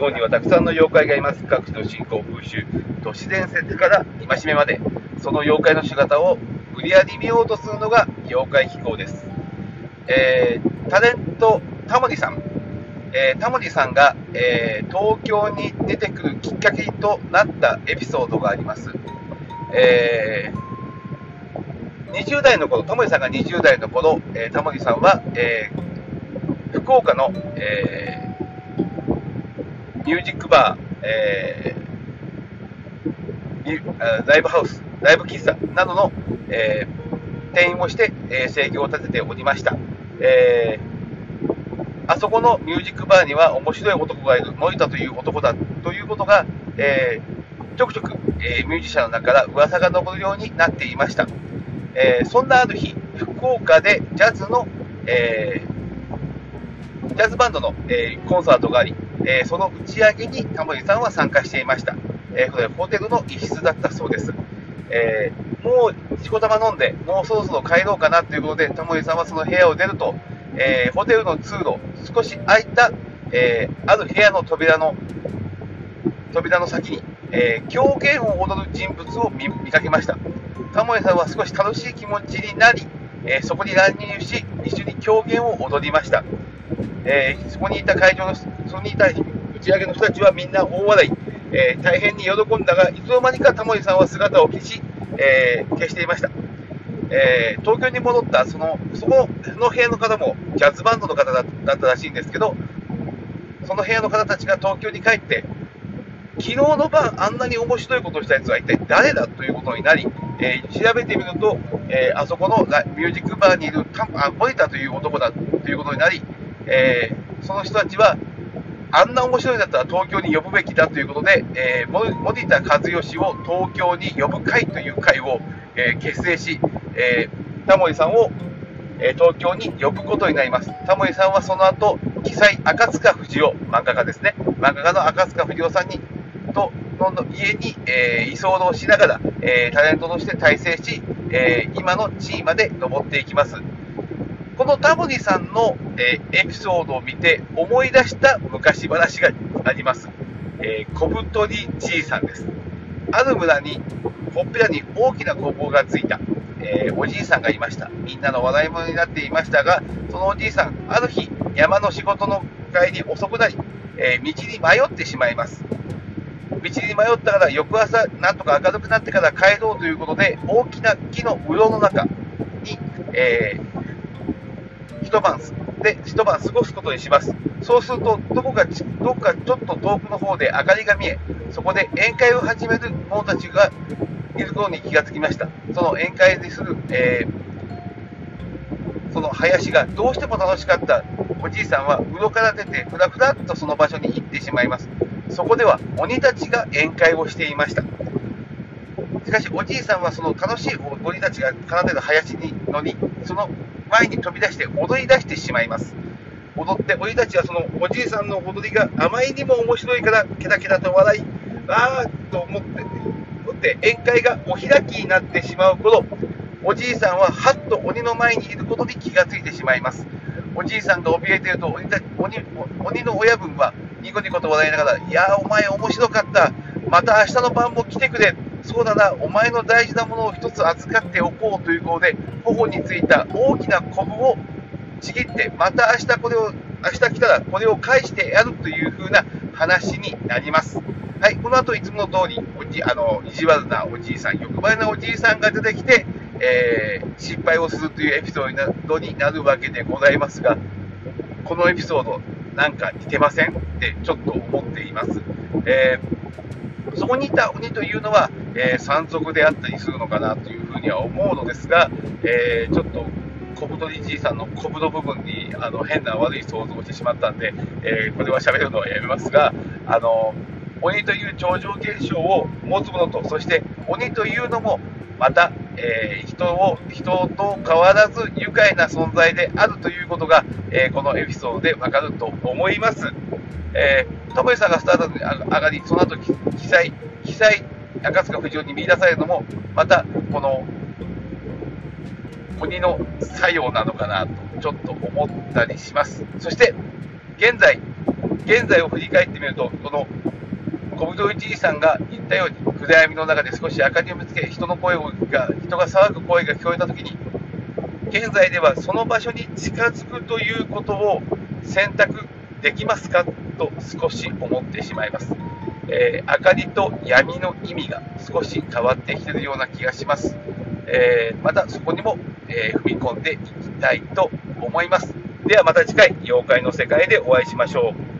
本にはたくさんの妖怪がいます。各地の信仰風習、都市伝説から戒めまで、その妖怪の姿を売り上げ見ようとするのが妖怪気候です。タレントタモリさん、タモリさんが、東京に出てくるきっかけとなったエピソードがあります。20代の頃、タモリさんが20代の頃、タモリさんは、福岡の、ミュージックバー、ライブハウス、ライブ喫茶などの、店員をして、生計を立てておりました。あそこのミュージックバーには面白い男がいる、森田という男だということが、ちょくちょく、ミュージシャンの中から噂が上るようになっていました。そんなある日、福岡でジャズバンドの、コンサートがあり、その打ち上げにタモリさんは参加していました。これホテルの一室だったそうです。もうしこたま飲んで、もうそろそろ帰ろうかなということで、タモリさんはその部屋を出ると、ホテルの通路、少し開いた、ある部屋の扉の先に、狂言を踊る人物を見かけました。タモリさんは少し楽しい気持ちになり、そこに乱入し、一緒に狂言を踊りました。そこにいた打ち上げの人たちはみんな大笑い、大変に喜んだが、いつの間にかタモリさんは姿を消していました。東京に戻ったその部屋の方もジャズバンドの方だったらしいんですけど、その部屋の方たちが東京に帰って、昨日の晩あんなに面白いことをしたやつは一体誰だということになり、調べてみると、あそこのミュージックバーにいる森田という男だということになり、その人たちはあんな面白いんだったら東京に呼ぶべきだということで、森田和義を東京に呼ぶ会という会を、結成し、タモリさんを、東京に呼ぶことになります。タモリさんはその後、鬼才赤塚不二夫、漫画家ですね、漫画家の赤塚不二夫さんの家に、居候しながら、タレントとして大成し、今の地位まで上っていきます。このタモリさんの、エピソードを見て思い出した昔話があります。小太りじいさんです。ある村にほっぺたに大きな工房がついた、おじいさんがいました。みんなの笑い物になっていましたが、そのおじいさん、ある日山の仕事の帰り遅くなり、道に迷ってしまいます。道に迷ったから翌朝なんとか明るくなってから帰ろうということで、大きな木の洞の中に、一晩過ごすことにします。そうするとどこかちょっと遠くの方で明かりが見え、そこで宴会を始める者たちがいることに気がつきました。その宴会にする、その林がどうしても楽しかったおじいさんはうろから出てふらふらっとその場所に行ってしまいます。そこでは鬼たちが宴会をしていました。しかしおじいさんはその楽しい鬼たちが奏でる林に乗り、その前に飛び出して踊り出してしまいます。踊って鬼たちはそのおじいさんの踊りがあまりにも面白いからケタケタと笑い、あーと思って宴会がお開きになってしまう頃、おじいさんははっと鬼の前にいることに気がついてしまいます。おじいさんが怯えていると鬼の親分はニコニコと笑いながら、いやお前面白かった、また明日の晩も来てくれ、そうだな、お前の大事なものを一つ預かっておこうということで、頬についた大きなコブをちぎって、また明日来たらこれを返してやるという風な話になります。はい、この後いつもの通り意地悪なおじいさん、欲張りなおじいさんが出てきて、失敗をするというエピソードになるわけでございますが、このエピソードなんか似てませんってちょっと思っています。そこにいた鬼というのは、山賊であったりするのかなというふうには思うのですが、ちょっと小太りじいさんのコブの部分に変な悪い想像をしてしまったんで、これは喋るのはやめますが、鬼という超常現象を持つ者と、そして鬼というのもまた、人と変わらず愉快な存在であるということが、このエピソードでわかると思います。タモリさんがスタートに上がり、その後鬼才赤塚不二夫に見出されるのもまたこの鬼の作用なのかなとちょっと思ったりします。そして現在現在を振り返ってみると、この小太りじいさんが言ったように、暗闇の中で少し明かりを見つけ、人が騒ぐ声が聞こえたときに、現在ではその場所に近づくということを選択できますかと少し思ってしまいます。明かりと闇の意味が少し変わってきているような気がします。またそこにも、踏み込んでいきたいと思います。ではまた次回、妖怪の世界でお会いしましょう。